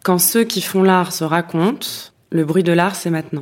Quand ceux qui font l'art se racontent, le bruit de l'art, c'est maintenant.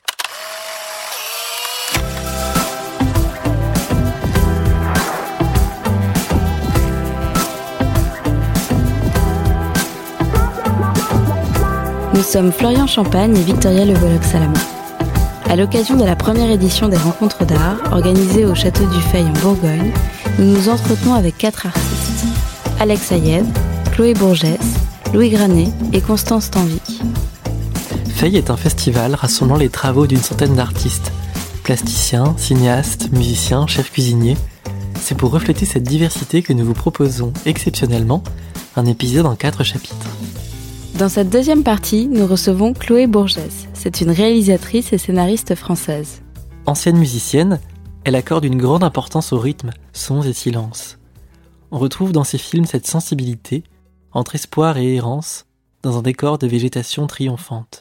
Nous sommes Florian Champagne et Victoria Le Vollox-Salama. À l'occasion de la première édition des Rencontres d'art, organisée au Château du Fay en Bourgogne, nous nous entretenons avec 4 artistes. Alex Ayed, Chloé Bourgès, Louis Granet et Constance Tanvic. Fay est un festival rassemblant les travaux d'une centaine d'artistes. Plasticiens, cinéastes, musiciens, chefs cuisiniers. C'est pour refléter cette diversité que nous vous proposons exceptionnellement un épisode en 4 chapitres. Dans cette deuxième partie, nous recevons Chloé Bourgès. C'est une réalisatrice et scénariste française. Ancienne musicienne, elle accorde une grande importance au rythme, sons et silences. On retrouve dans ses films cette sensibilité, entre espoir et errance, dans un décor de végétation triomphante.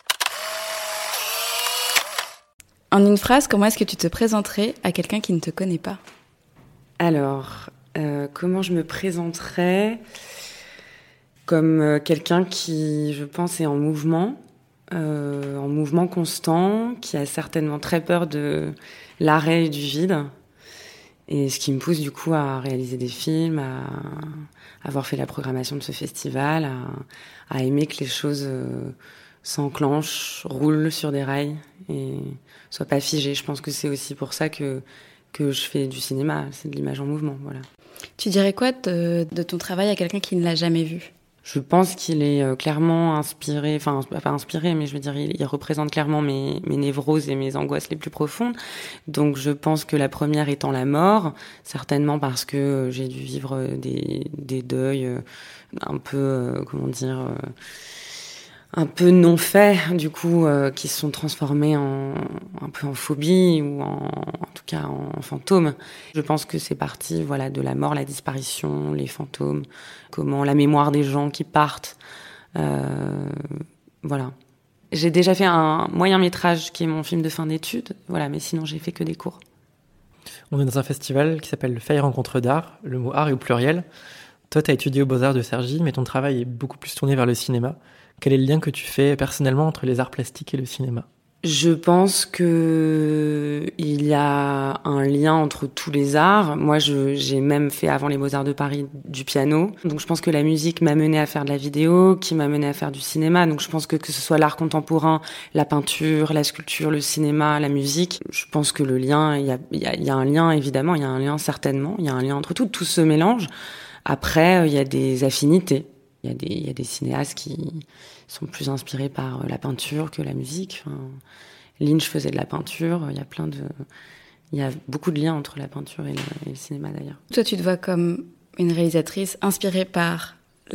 En une phrase, comment est-ce que tu te présenterais à quelqu'un qui ne te connaît pas ? Alors, comment je me présenterais ? Comme quelqu'un qui, je pense, est en mouvement constant, qui a certainement très peur de l'arrêt et du vide. Et ce qui me pousse du coup à réaliser des films, à avoir fait la programmation de ce festival, à aimer que les choses s'enclenchent, roulent sur des rails et soient pas figées. Je pense que c'est aussi pour ça que je fais du cinéma, c'est de l'image en mouvement, voilà. Tu dirais quoi de ton travail à quelqu'un qui ne l'a jamais vu ? Je pense qu'il est clairement inspiré, enfin pas inspiré, mais je veux dire, il représente clairement mes névroses et mes angoisses les plus profondes. Donc je pense que la première étant la mort, certainement parce que j'ai dû vivre des deuils un peu, un peu non faits, du coup, qui se sont transformés un peu en phobie ou en tout cas en fantômes. Je pense que c'est parti, voilà, de la mort, la disparition, les fantômes, comment la mémoire des gens qui partent, voilà. J'ai déjà fait un moyen métrage qui est mon film de fin d'études, voilà, mais sinon j'ai fait que des cours. On est dans un festival qui s'appelle le Fay Rencontres d'art, le mot art est au pluriel. Toi, tu as étudié aux Beaux-Arts de Cergy, mais ton travail est beaucoup plus tourné vers le cinéma. Quel est le lien que tu fais personnellement entre les arts plastiques et le cinéma ? Je pense que il y a un lien entre tous les arts. Moi, j'ai même fait avant les Beaux-Arts de Paris du piano. Donc, je pense que la musique m'a mené à faire de la vidéo, qui m'a mené à faire du cinéma. Donc, je pense que ce soit l'art contemporain, la peinture, la sculpture, le cinéma, la musique, je pense que le lien, il y a un lien évidemment, il y a un lien certainement, il y a un lien entre tout se mélange. Après, il y a des affinités. Il y a des cinéastes qui sont plus inspirés par la peinture que la musique. Enfin, Lynch faisait de la peinture. Il y a beaucoup de liens entre la peinture et le cinéma d'ailleurs. Toi, tu te vois comme une réalisatrice inspirée par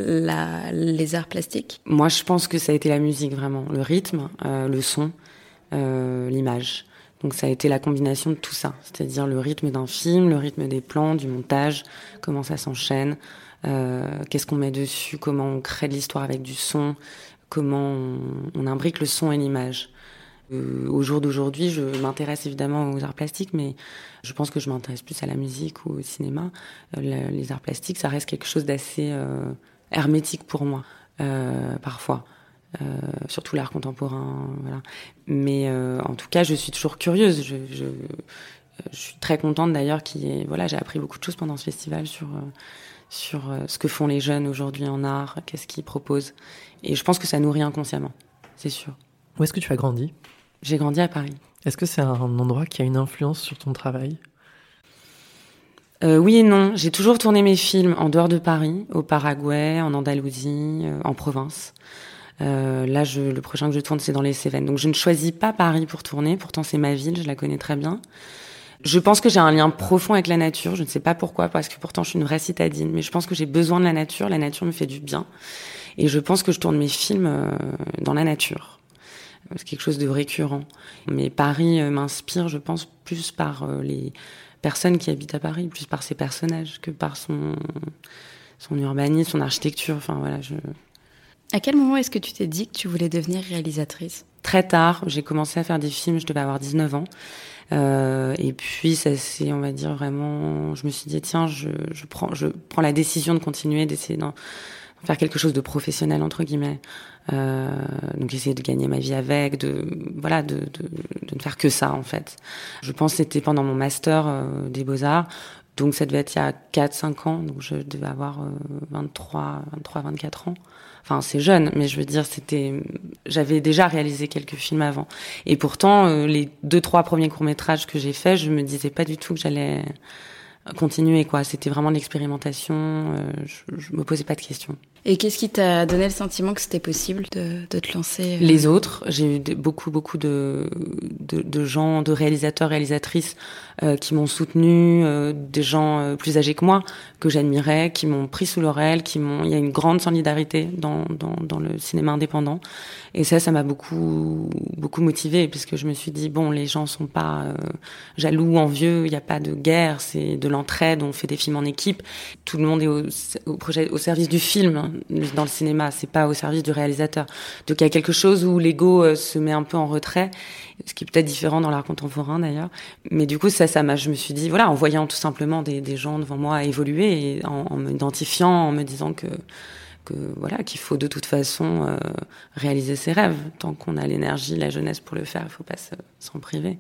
les arts plastiques ? Moi, je pense que ça a été la musique vraiment, le rythme, le son, l'image. Donc ça a été la combination de tout ça, c'est-à-dire le rythme d'un film, le rythme des plans, du montage, comment ça s'enchaîne. Qu'est-ce qu'on met dessus, comment on crée de l'histoire avec du son, comment on imbrique le son et l'image. Au jour d'aujourd'hui, je m'intéresse évidemment aux arts plastiques, mais je pense que je m'intéresse plus à la musique ou au cinéma. Les arts plastiques, ça reste quelque chose d'assez hermétique pour moi, parfois. Surtout l'art contemporain, voilà. Mais en tout cas, je suis toujours curieuse. Je suis très contente d'ailleurs j'ai appris beaucoup de choses pendant ce festival sur ce que font les jeunes aujourd'hui en art, qu'est-ce qu'ils proposent. Et je pense que ça nourrit inconsciemment, c'est sûr. Où est-ce que tu as grandi ? J'ai grandi à Paris. Est-ce que c'est un endroit qui a une influence sur ton travail ? Oui et non. J'ai toujours tourné mes films en dehors de Paris, au Paraguay, en Andalousie, en province. Là, le prochain que je tourne, c'est dans les Cévennes. Donc je ne choisis pas Paris pour tourner, pourtant c'est ma ville, je la connais très bien. Je pense que j'ai un lien profond avec la nature, je ne sais pas pourquoi, parce que pourtant je suis une vraie citadine, mais je pense que j'ai besoin de la nature me fait du bien. Et je pense que je tourne mes films dans la nature. C'est quelque chose de récurrent. Mais Paris m'inspire, je pense, plus par les personnes qui habitent à Paris, plus par ses personnages que par son urbanisme, son architecture, enfin voilà, À quel moment est-ce que tu t'es dit que tu voulais devenir réalisatrice ? Très tard, j'ai commencé à faire des films, je devais avoir 19 ans. Et puis ça c'est, on va dire vraiment, je me suis dit tiens, je prends la décision de continuer, d'essayer d'en faire quelque chose de professionnel entre guillemets. Donc essayer de gagner ma vie avec, de ne faire que ça en fait. Je pense que c'était pendant mon master des Beaux-Arts, donc ça devait être il y a 4-5 ans, donc je devais avoir 24 ans. Enfin, c'est jeune, mais je veux dire, j'avais déjà réalisé quelques films avant. Et pourtant, les 2-3 premiers courts-métrages que j'ai faits, je me disais pas du tout que j'allais continuer, quoi. C'était vraiment de l'expérimentation, je me posais pas de questions. Et qu'est-ce qui t'a donné le sentiment que c'était possible de te lancer Les autres, j'ai eu beaucoup de gens, de réalisateurs, réalisatrices qui m'ont soutenu, des gens plus âgés que moi que j'admirais, qui m'ont pris sous leur aile, il y a une grande solidarité dans le cinéma indépendant. Et ça m'a beaucoup motivée, puisque je me suis dit bon, les gens sont pas jaloux, envieux, il y a pas de guerre, c'est de l'entraide, on fait des films en équipe, tout le monde est au service du film. Hein. Dans le cinéma, c'est pas au service du réalisateur. Donc il y a quelque chose où l'ego se met un peu en retrait, ce qui est peut-être différent dans l'art contemporain d'ailleurs. Mais du coup, je me suis dit, voilà, en voyant tout simplement des gens devant moi évoluer, et en m'identifiant, en me disant que voilà, qu'il faut de toute façon réaliser ses rêves. Tant qu'on a l'énergie, la jeunesse pour le faire, il faut pas s'en priver.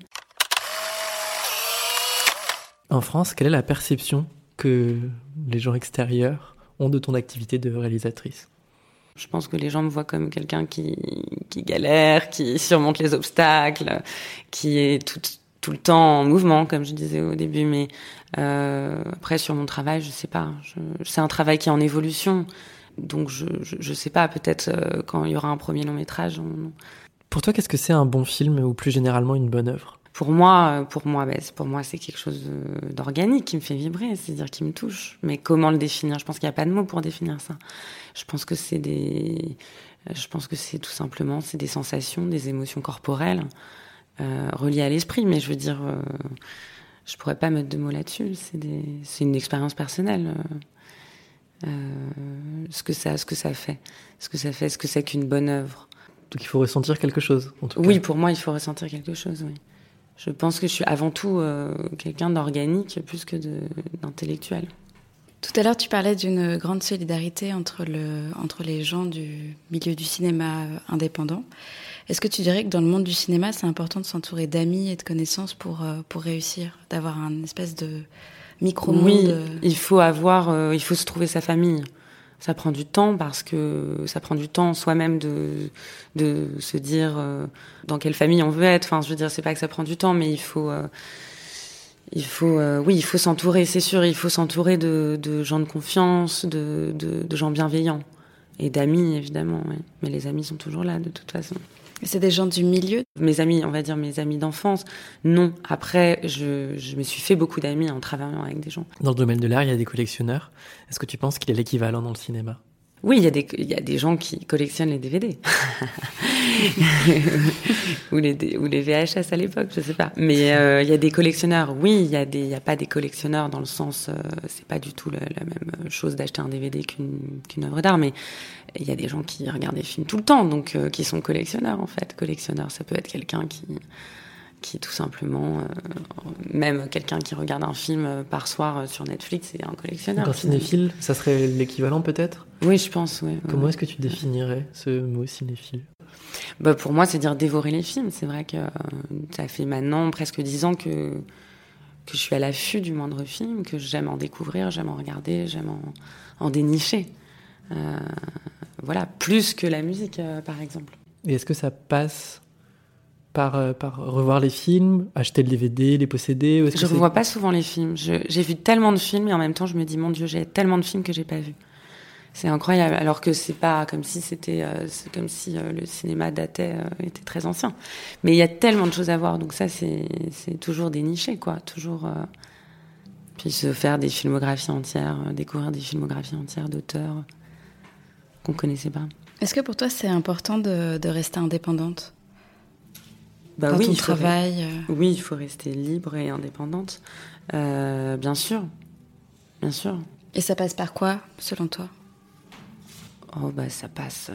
En France, quelle est la perception que les gens extérieurs ont de ton activité de réalisatrice? Je pense que les gens me voient comme quelqu'un qui galère, qui surmonte les obstacles, qui est tout le temps en mouvement, comme je disais au début. Mais après, sur mon travail, je sais pas. C'est un travail qui est en évolution. Donc, je sais pas. Peut-être quand il y aura un premier long métrage. Pour toi, qu'est-ce que c'est un bon film ou plus généralement une bonne œuvre? Pour moi, c'est quelque chose d'organique qui me fait vibrer, c'est-à-dire qui me touche. Mais comment le définir? Je pense qu'il n'y a pas de mots pour définir ça. Je pense que c'est tout simplement, c'est des sensations, des émotions corporelles reliées à l'esprit. Mais je veux dire, je pourrais pas mettre de mots là-dessus. C'est une expérience personnelle. Ce que ça fait, ce que c'est qu'une bonne œuvre. Donc il faut ressentir quelque chose, en tout cas. Oui, pour moi, il faut ressentir quelque chose, oui. Je pense que je suis avant tout quelqu'un d'organique plus que d'intellectuel. Tout à l'heure, tu parlais d'une grande solidarité entre les gens du milieu du cinéma indépendant. Est-ce que tu dirais que dans le monde du cinéma, c'est important de s'entourer d'amis et de connaissances pour réussir, d'avoir un espèce de micro-monde? Oui, il faut se trouver sa famille. Ça prend du temps soi-même de se dire dans quelle famille on veut être. Enfin, je veux dire, c'est pas que ça prend du temps, mais il faut s'entourer, c'est sûr. Il faut s'entourer de gens de confiance, de gens bienveillants et d'amis évidemment. Oui. Mais les amis sont toujours là de toute façon. Et c'est des gens du milieu? Mes amis, on va dire mes amis d'enfance. Non. Après, je me suis fait beaucoup d'amis en travaillant avec des gens. Dans le domaine de l'art, il y a des collectionneurs. Est-ce que tu penses qu'il y a l'équivalent dans le cinéma? Oui, il y a des gens qui collectionnent les DVD. ou les VHS à l'époque, je sais pas. Mais il y a des collectionneurs. Oui, il y a pas des collectionneurs dans le sens, c'est pas du tout la même chose d'acheter un DVD qu'une œuvre d'art, mais il y a des gens qui regardent des films tout le temps, donc qui sont collectionneurs en fait. Collectionneur, ça peut être quelqu'un qui tout simplement, même quelqu'un qui regarde un film par soir sur Netflix, c'est un collectionneur. Un cinéphile, ça serait l'équivalent peut-être? Oui, je pense, oui. Comment est-ce que tu définirais ce mot cinéphile? Pour moi, c'est dire dévorer les films. C'est vrai que ça fait maintenant presque 10 ans que je suis à l'affût du moindre film, que j'aime en découvrir, j'aime en regarder, j'aime en dénicher. Voilà, plus que la musique, par exemple. Et est-ce que ça passe par revoir les films, acheter le DVD, les posséder, ou est-ce que je revois pas souvent les films. J'ai vu tellement de films et en même temps je me dis mon Dieu, j'ai tellement de films que j'ai pas vus. C'est incroyable, alors que c'est pas comme si c'est comme si le cinéma datait, était très ancien. Mais il y a tellement de choses à voir, donc ça c'est toujours déniché, quoi. Toujours puis se faire des filmographies entières, découvrir des filmographies entières d'auteurs qu'on connaissait pas. Est-ce que pour toi c'est important de rester indépendante? Dans ton travail. Oui, il faut rester libre et indépendante. Bien sûr. Bien sûr. Et ça passe par quoi, selon toi? Ça passe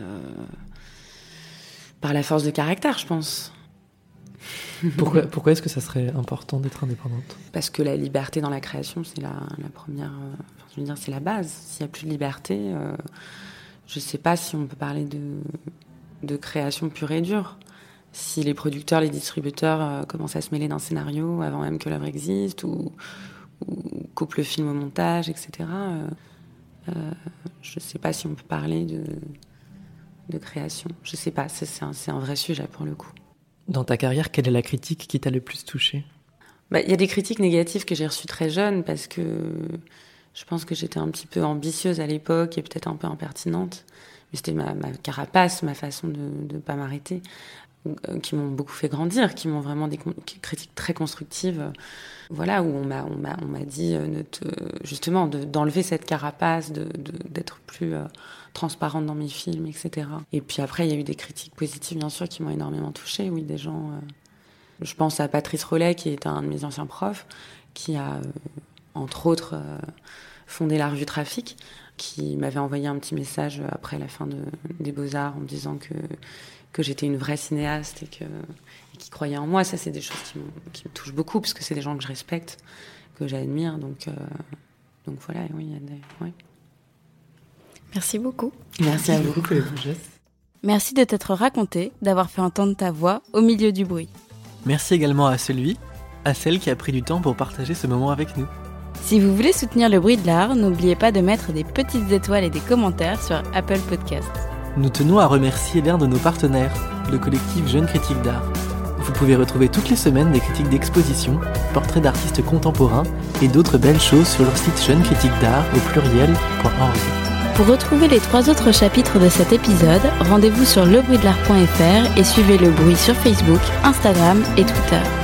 par la force de caractère, je pense. Pourquoi est-ce que ça serait important d'être indépendante? Parce que la liberté dans la création, c'est la première... je veux dire, c'est la base. S'il n'y a plus de liberté... je sais pas si on peut parler de création pure et dure. Si les producteurs, les distributeurs commencent à se mêler d'un scénario avant même que l'œuvre existe, ou coupent le film au montage, etc. Je sais pas si on peut parler de création. Je sais pas, c'est un vrai sujet pour le coup. Dans ta carrière, quelle est la critique qui t'a le plus touchée ? Y a des critiques négatives que j'ai reçues très jeune parce que je pense que j'étais un petit peu ambitieuse à l'époque et peut-être un peu impertinente. Mais c'était ma carapace, ma façon de pas m'arrêter, qui m'ont beaucoup fait grandir, qui m'ont vraiment des critiques très constructives. Voilà, où on m'a dit justement d'enlever cette carapace, d'être plus transparente dans mes films, etc. Et puis après, il y a eu des critiques positives, bien sûr, qui m'ont énormément touchée. Oui, des gens... Je pense à Patrice Rollet, qui est un de mes anciens profs, qui a, entre autres, fondé la revue Trafic, qui m'avait envoyé un petit message après la fin des Beaux-Arts en me disant que j'étais une vraie cinéaste et qui croyait en moi. Ça, c'est des choses qui me touchent beaucoup, parce que c'est des gens que je respecte, que j'admire. Donc voilà, oui, il y a des... Ouais. Merci beaucoup. Merci à vous. Merci de t'être raconté, d'avoir fait entendre ta voix au milieu du bruit. Merci également à celle qui a pris du temps pour partager ce moment avec nous. Si vous voulez soutenir le bruit de l'art, n'oubliez pas de mettre des petites étoiles et des commentaires sur Apple Podcasts. Nous tenons à remercier l'un de nos partenaires, le collectif Jeunes Critiques d'Art. Vous pouvez retrouver toutes les semaines des critiques d'exposition, portraits d'artistes contemporains et d'autres belles choses sur leur site jeunescritiquesdart au pluriel.org. Pour retrouver les 3 autres chapitres de cet épisode, rendez-vous sur lebruitdelart.fr et suivez Le Bruit sur Facebook, Instagram et Twitter.